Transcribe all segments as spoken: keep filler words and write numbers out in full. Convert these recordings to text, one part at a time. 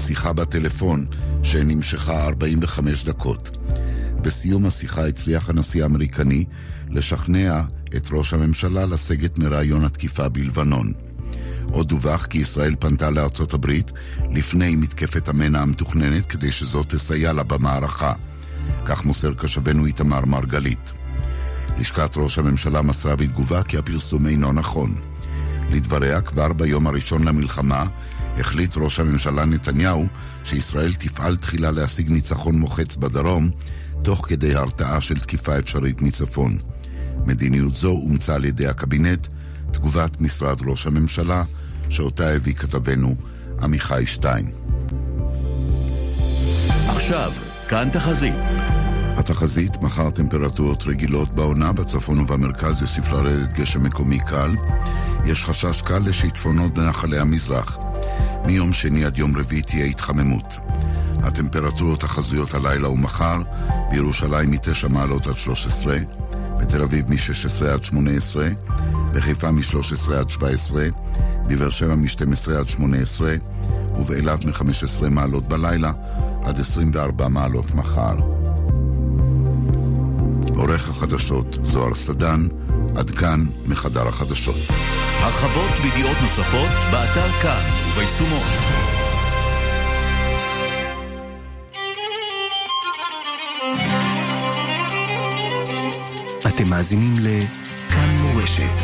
שיחה בטלפון שנמשכה ארבעים וחמש דקות. בסיום השיחה הצליח הנשיא האמריקני לשכנע את ראש הממשלה לסגת מרעיון התקיפה בלבנון. עוד דווח כי ישראל פנתה לארצות הברית לפני מתקפת המנע המתוכננת כדי שזאת תסייע לה במערכה. כך מוסר קשבנו איתמר מרגלית. לשכת ראש הממשלה מסרה בתגובה כי הפרסום אינו נכון. לדבריה, כבר ביום הראשון למלחמה החליט ראש הממשלה נתניהו שישראל תפעל תחילה להשיג ניצחון מוחץ בדרום, תוך כדי הרתעה של תקיפה אפשרית מצפון. מדיניות זו אומצה על ידי הקבינט. תגובת משרד ראש הממשלה, שאותה הביא כתבנו עמיחי שטיין. עכשיו, כאן תחזית. התחזית, מחר טמפרטורות רגילות בעונה, בצפון ובמרכז יוסיף לרדת גשם מקומי קל. יש חשש קל לשיטפונות בנחלי המזרח. מיום שני עד יום רביעי תהיה התחממות. הטמפרטורות החזויות הלילה ומחר, בירושלים מ-תשע מעלות עד שלוש עשרה, בתל אביב מ-שש עשרה עד שמונה עשרה, בחיפה מ-שלוש עשרה עד שבע עשרה, בבאר שבע מ-שתים עשרה עד שמונה עשרה, ובאילת מ-חמש עשרה מעלות בלילה עד עשרים וארבע מעלות מחר. עורך החדשות זוהר סדן, עד כאן מחדר החדשות. הרחבות וידיעות נוספות באתר כאן וביישומות. אתם מאזינים לכאן מורשת.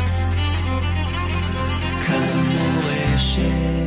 כאן מורשת.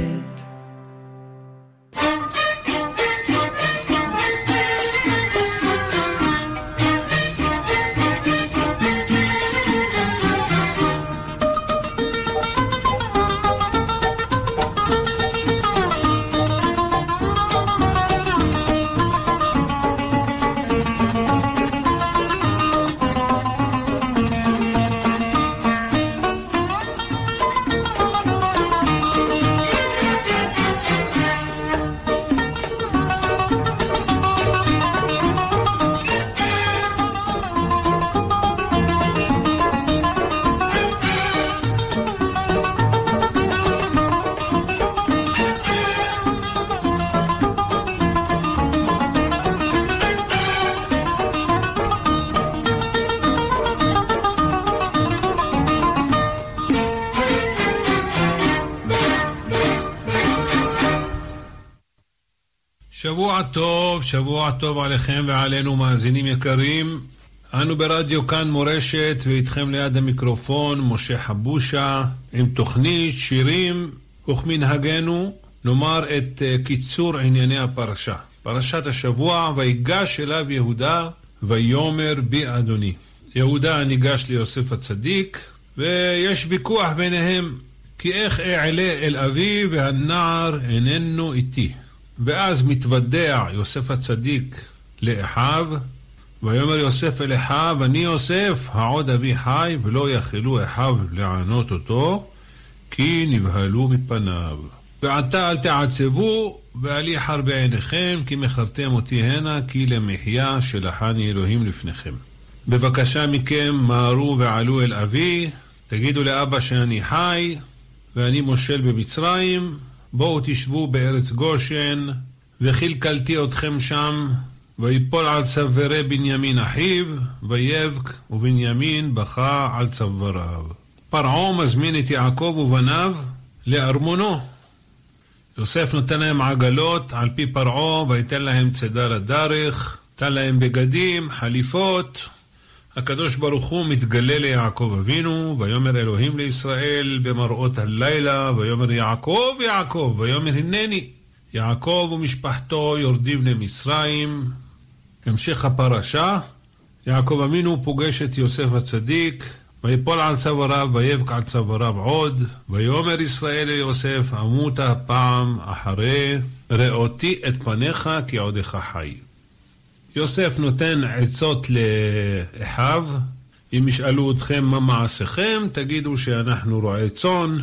שבוע טוב, שבוע טוב עליכם ועלינו מאזינים יקרים. אנו ברדיו כאן מורשת ואיתכם ליד המיקרופון משה חבושה עם תוכנית שירים וכמנהגנו נאמר את קיצור ענייני הפרשה. פרשת השבוע, ויגש אליו יהודה ויאמר בי אדוני. יהודה ניגש ליוסף הצדיק ויש ויכוח ביניהם כי איך אעלה אל אבי והנער איננו איתי. ואז מתוודע יוסף הצדיק לאחיו, ויאמר יוסף אל אחיו, אני יוסף, העוד אבי חי, ולא יכלו אחיו לענות אותו, כי נבהלו מפניו. ועתה אל תעצבו, ואל יחר בעיניכם, כי מכרתם אותי הנה, כי למחיה שלחני אלוהים לפניכם. בבקשה מכם, מהרו ועלו אל אבי, תגידו לאבא שאני חי, ואני מושל במצרים, בואו תשבו בארץ גושן, וכלכלתי אתכם שם, ויפול על צווארי בנימין אחיו, ויבק, ובנימין בכה על צוואריו. פרעה מזמין את יעקב ובניו לארמונו. יוסף נותן להם עגלות על פי פרעה, ויתן להם צידה לדרך, נתן להם בגדים, חליפות. הקדוש ברוך הוא מתגלה ליעקב אבינו, ויאמר אלוהים לישראל במראות הלילה, ויאמר יעקב יעקב, ויאמר הנני. יעקב ומשפחתו יורדים למצרים. המשך הפרשה, יעקב אבינו פוגש את יוסף הצדיק, ויפול על צוואריו ויבק על צוואריו עוד, ויאמר ישראל ליוסף, אמות הפעם אחרי, ראותי את פניך כי עודך חי. יוסף נותן עצות לאחיו, אם ישאלו אתכם מה מעשיכם, תגידו שאנחנו רועי צאן.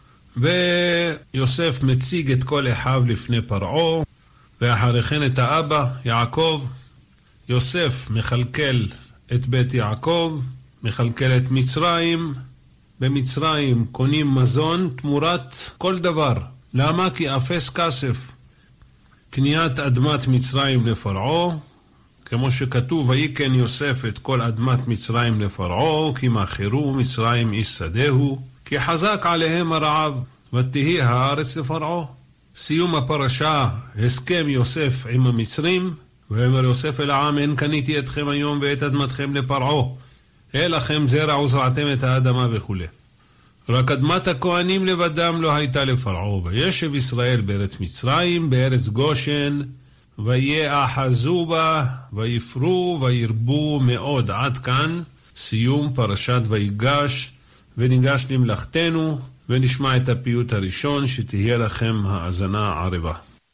ויוסף מציג את כל אחיו לפני פרעה, ואחרי כן את האבא, יעקב. יוסף מחלקל את בית יעקב, מחלקל את מצרים. במצרים קונים מזון תמורת כל דבר. למה? כי אפס כסף. קניית אדמת מצרים לפרעה, כמו שכתוב, ויקן יוסף את כל אדמת מצרים לפרעה, כי מכרו מצרים איש שדהו, כי חזק עליהם הרעב, ותהי הארץ לפרעה. סיום הפרשה, הסכם יוסף עם המצרים, ואמר יוסף אל העם, אין קניתי אתכם היום ואת אדמתכם לפרעה, אלא לכם זרע וזרעתם את האדמה וכו'. רק אדמת הכהנים לבדם לא הייתה לפרעה, וישב ישראל בארץ מצרים, בארץ גושן, ויאחזו בה, ויפרו, וירבו מאוד. עד כאן סיום פרשת ויגש, וניגש למלאכתנו, ונשמע את הפיוט הראשון, שתהיה לכם האזנה ערבה.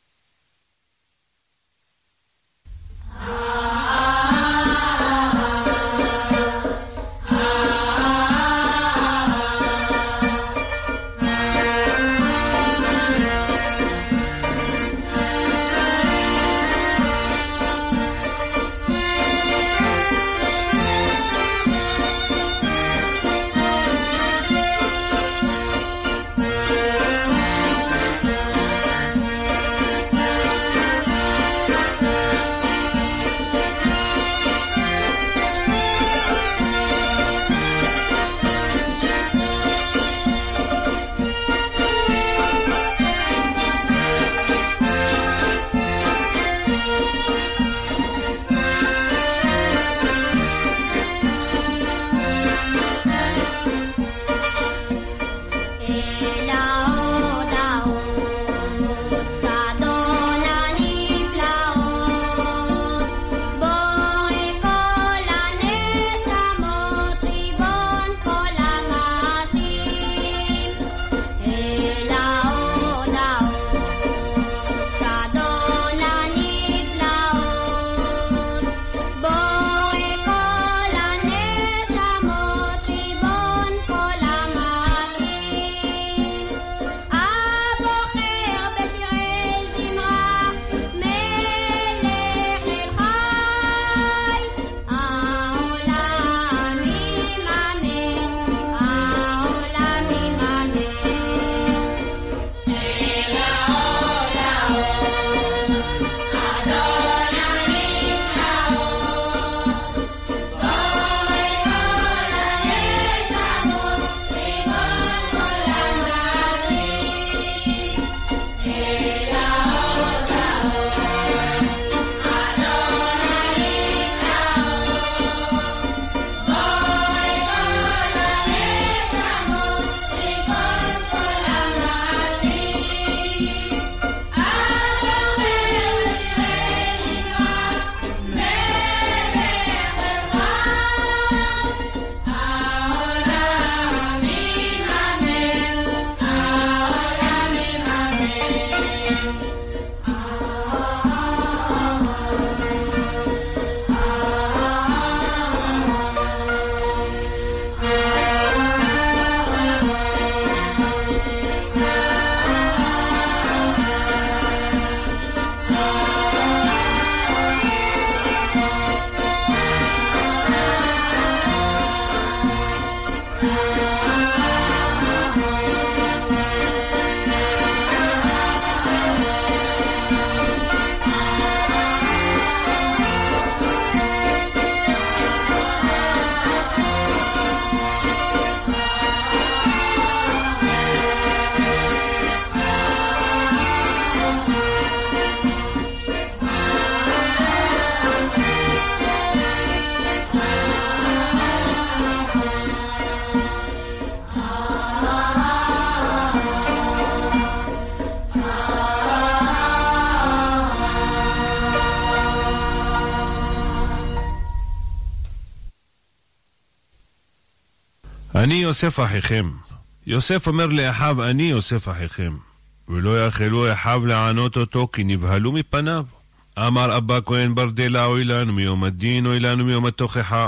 אני יוסף אחיכם. יוסף אומר לאחיו, אני יוסף אחיכם. ולא יחלו אחיו לענות אותו, כי נבהלו מפניו. אמר אבא כהן ברדלה, אוי לנו מיום הדין, אוי לנו מיום התוכחה.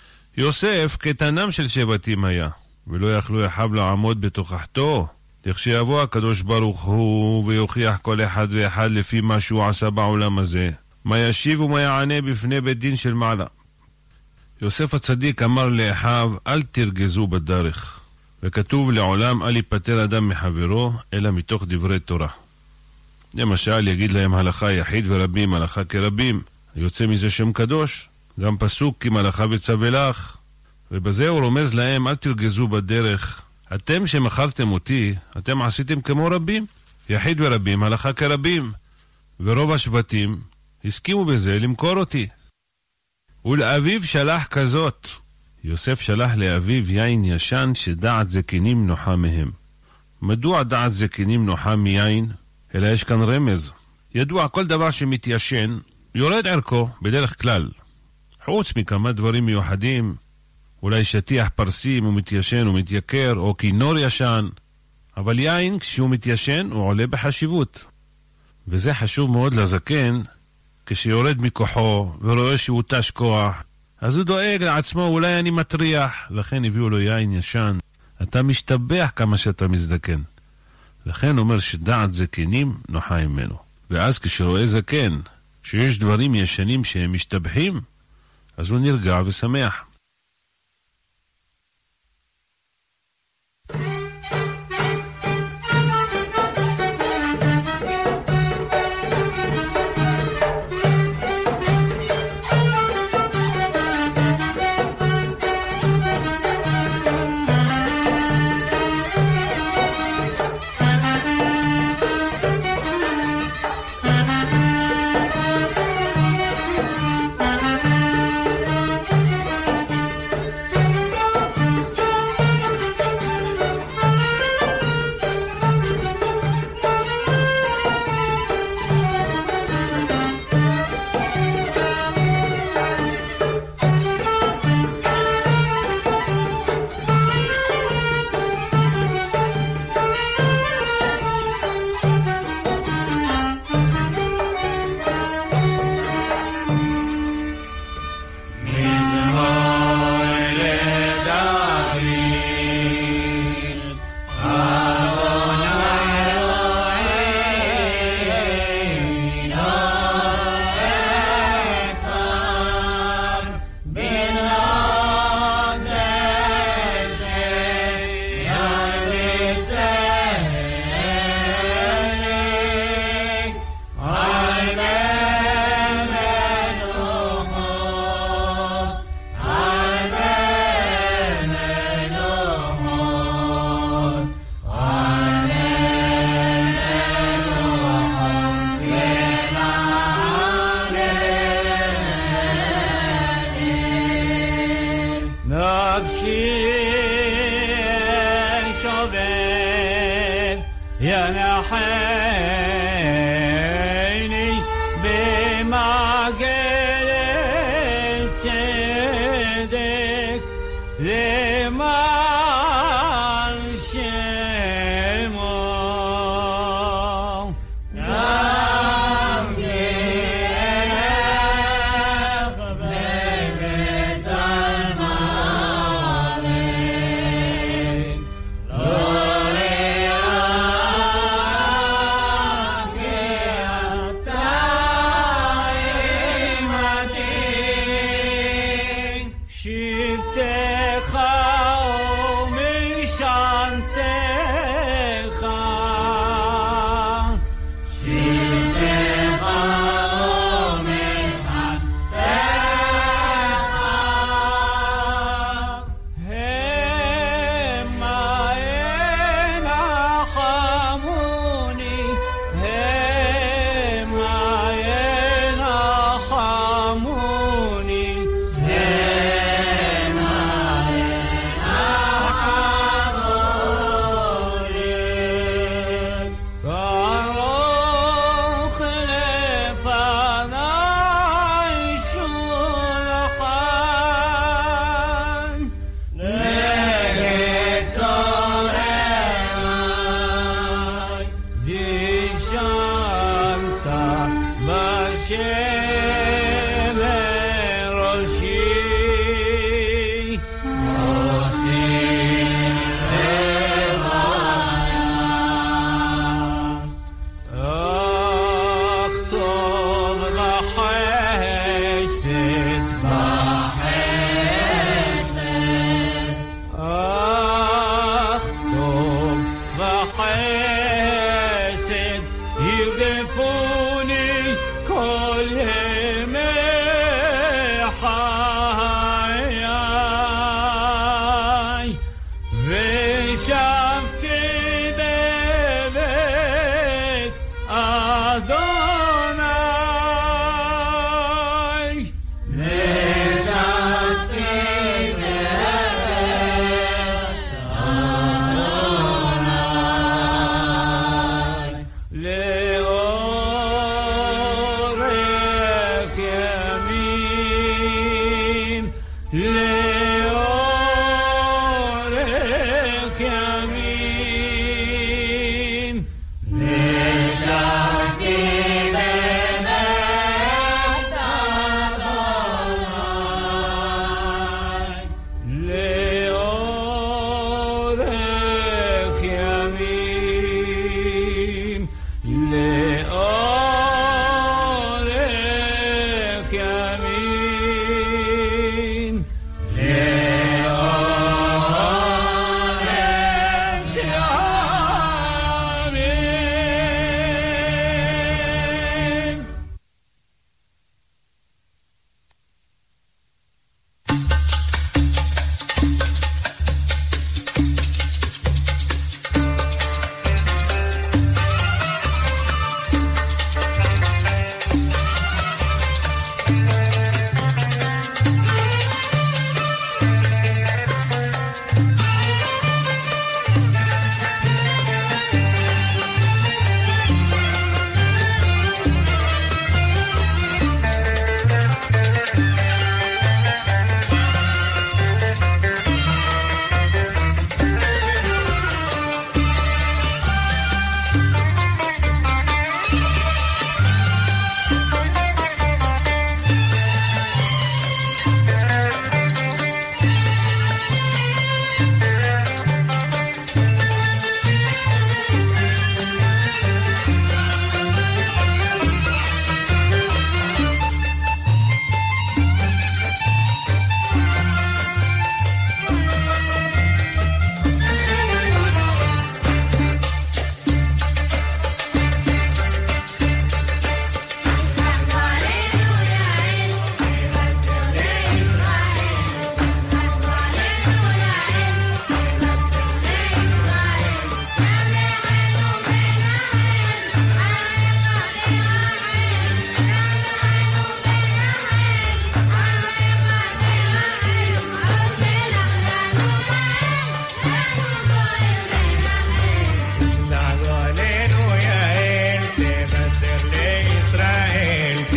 יוסף קטנם של שבטים היה, ולא יכלו אחיו לעמוד בתוכחתו. לכשיבוא הקדוש ברוך הוא ויוכיח כל אחד ואחד לפי מה שהוא עשה בעולם הזה, מה ישיב ומה יענה בפני בית דין של מעלה. יוסף הצדיק אמר לאחיו, אל תרגזו בדרך, וכתוב לעולם אל יפטר אדם מחברו, אלא מתוך דברי תורה. למשל, יגיד להם הלכה יחיד ורבים, הלכה כרבים. יוצא מזה שם קדוש, גם פסוק עם הלכה וצווה לך. ובזה הוא רומז להם, אל תרגזו בדרך. אתם שמכרתם אותי, אתם עשיתם כמו רבים. יחיד ורבים, הלכה כרבים. ורוב השבטים הסכימו בזה למכור אותי. ולאביו שלח כזאת. יוסף שלח לאביו יין ישן שדעת זקנים נוחה מהם. מדוע דעת זקנים נוחה מיין? אלא יש כאן רמז. ידוע כל דבר שמתיישן יורד ערכו בדרך כלל. חוץ מכמה דברים מיוחדים, אולי שטיח פרסים הוא מתיישן הוא מתייקר, או כינור ישן. אבל יין כשהוא מתיישן הוא עולה בחשיבות. וזה חשוב מאוד לזקן, כשיורד מכוחו ורואה שהוא תש כוח, אז הוא דואג לעצמו, אולי אני מטריח, לכן הביאו לו יין ישן. אתה משתבח כמה שאתה מזדקן. לכן אומר שדעת זקנים נוחה ממנו. ואז כשרואה זקן שיש דברים ישנים שהם משתבחים, אז הוא נרגע ושמח. You give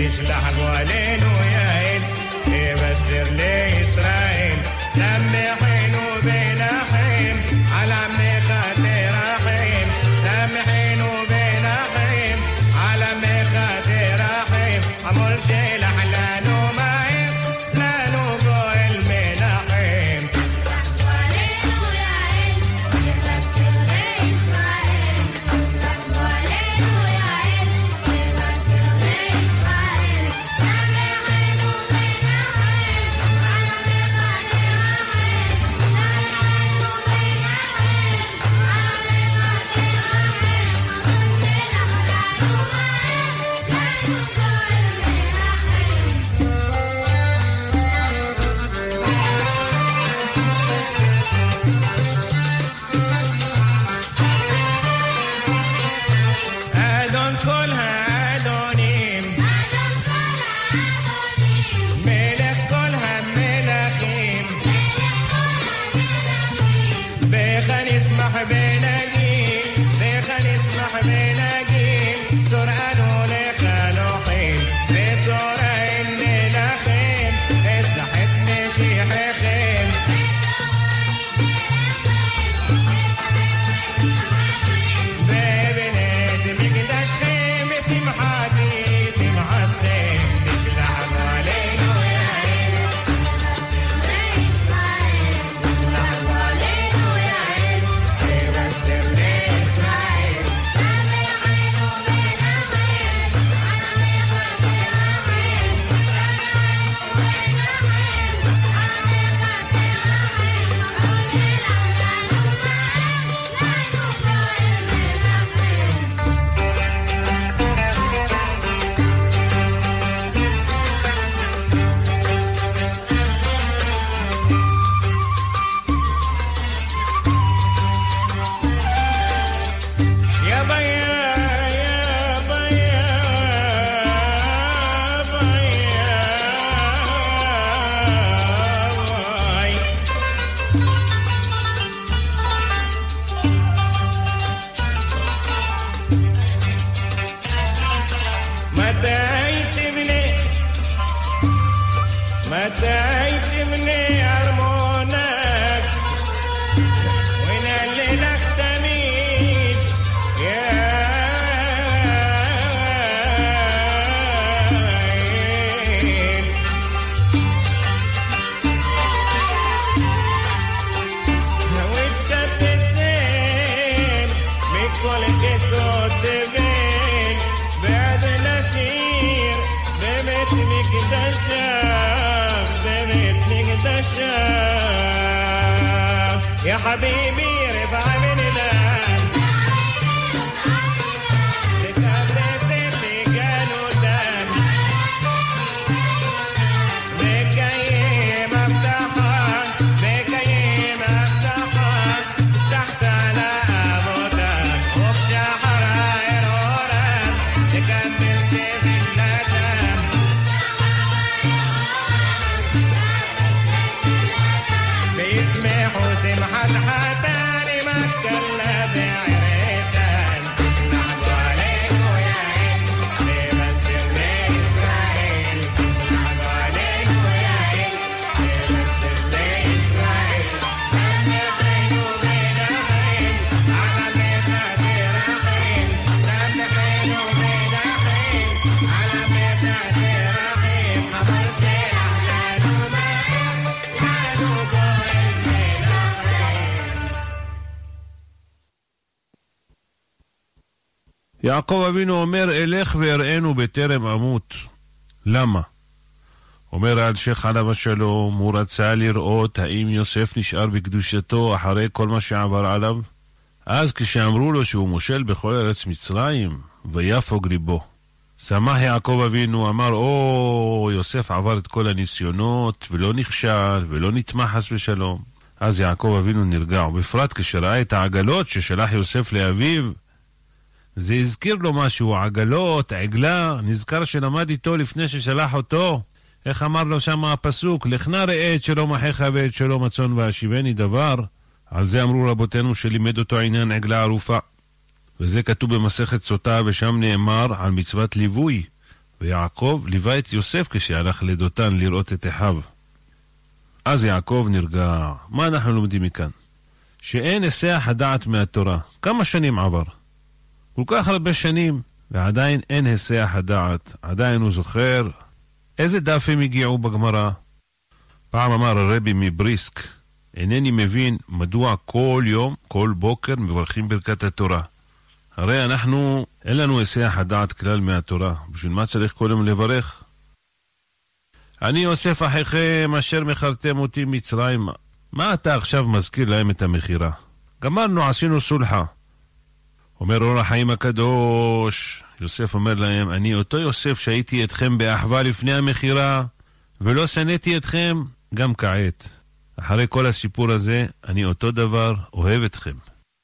تشلح علينا يا عين تبشر لإسرائيل سمحين وبين حين على عمي خاطر رحيم سمحين وبين حين على عمي خاطر رحيم عمول شلح لانو معين لانو قول منحيم يا حبيبي رفع من الآن تتبرد في جانودان بكيم افتحان بكيم افتحان تحت على أبودان وفي حراير هوران تكمل في الندان بيسمحوا سمحة حتاني مكلا بعريتان نحبوا عليكم يا عين بيبسر لإسرائيل نحبوا عليكم يا عين بيبسر لإسرائيل سمحين وبين حين على ميتات رحيم سمحين وبين حين على ميتات رحيم حمل شلح لانو معين لانو قول יעקב אבינו אומר, אלך ואראנו בטרם אמות. למה? אומר האלשיך עליו השלום, הוא רצה לראות האם יוסף נשאר בקדושתו אחרי כל מה שעבר עליו. אז כשאמרו לו שהוא מושל בכל ארץ מצרים, ויפוג ליבו. שמח יעקב אבינו, אמר, או, יוסף עבר את כל הניסיונות, ולא נכשל, ולא נטמע חס ושלום. אז יעקב אבינו נרגע, ובפרט כשראה את העגלות ששלח יוסף לאביו, זה הזכיר לו משהו, עגלות, עגלה, נזכר שלמד איתו לפני ששלח אותו. איך אמר לו שם הפסוק, לך נא ראה את שלום אחיך ואת שלום הצאן והשיבני דבר. על זה אמרו רבותינו שלימד אותו עניין עגלה ערופה. וזה כתוב במסכת סוטה, ושם נאמר על מצוות ליווי. ויעקב ליווה את יוסף כשהלך לדותן לראות את אחיו. אז יעקב נרגע. מה אנחנו לומדים מכאן? שאין היסח הדעת מהתורה. כמה שנים עבר? כל כך הרבה שנים, ועדיין אין היסח הדעת. עדיין הוא זוכר איזה דף הם הגיעו בגמרא. פעם אמר הרבי מבריסק, אינני מבין מדוע כל יום, כל בוקר מברכים ברכת התורה. הרי אנחנו, אין לנו היסח הדעת כלל מהתורה. בשביל מה צריך קודם לברך? אני יוסף אחיכם אשר מכרתם אותי מצרימה. מה אתה עכשיו מזכיר להם את המחירה? גמרנו, עשינו סולחה. אומר אור החיים הקדוש, יוסף אומר להם, אני אותו יוסף שהייתי אתכם באחווה לפני המחירה, ולא שנאתי אתכם גם כעת. אחרי כל הסיפור הזה, אני אותו דבר אוהב אתכם.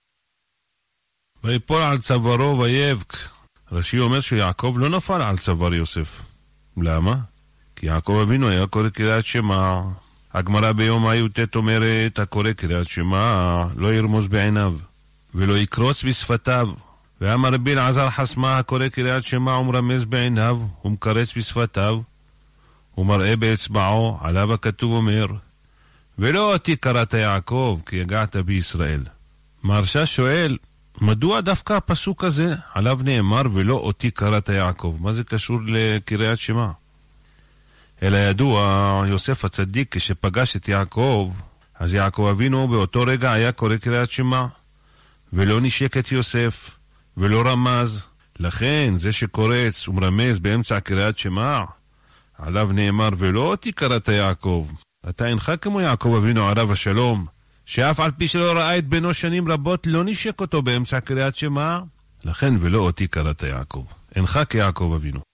ויפול על צווארו ויבק. רש"י אומר שיעקב לא נפל על צוואר יוסף. למה? כי יעקב אבינו היה קורא קריאת שמע. הגמרא ביום הי"ט אומרת, הקורא קריאת שמע לא ירמוז בעיניו ולא יקרוץ בשפתיו. ואמר רבי אלעזר חסמה, הקורא קריאת שמע ומרמז בעיניו ומקרץ בשפתיו ומראה באצבעו, עליו הכתוב אומר, ולא אותי קראת יעקב כי הגעת בישראל. מרשה שואל, מדוע דווקא הפסוק הזה עליו נאמר ולא אותי קראת יעקב? מה זה קשור לקריאת שמע? אלא ידוע, יוסף הצדיק כשפגש את יעקב, אז יעקב אבינו באותו רגע היה קורא קריאת שמע, ולא נשק את יוסף, ולא רמז. לכן זה שקורץ ומרמז באמצע קריאת שמע, עליו נאמר ולא אותי קראת יעקב. אתה אינך כמו יעקב אבינו עליו השלום, שאף על פי שלא ראה את בנו שנים רבות לא נשק אותו באמצע קריאת שמע, לכן ולא אותי קראת יעקב. אינך כיעקב אבינו.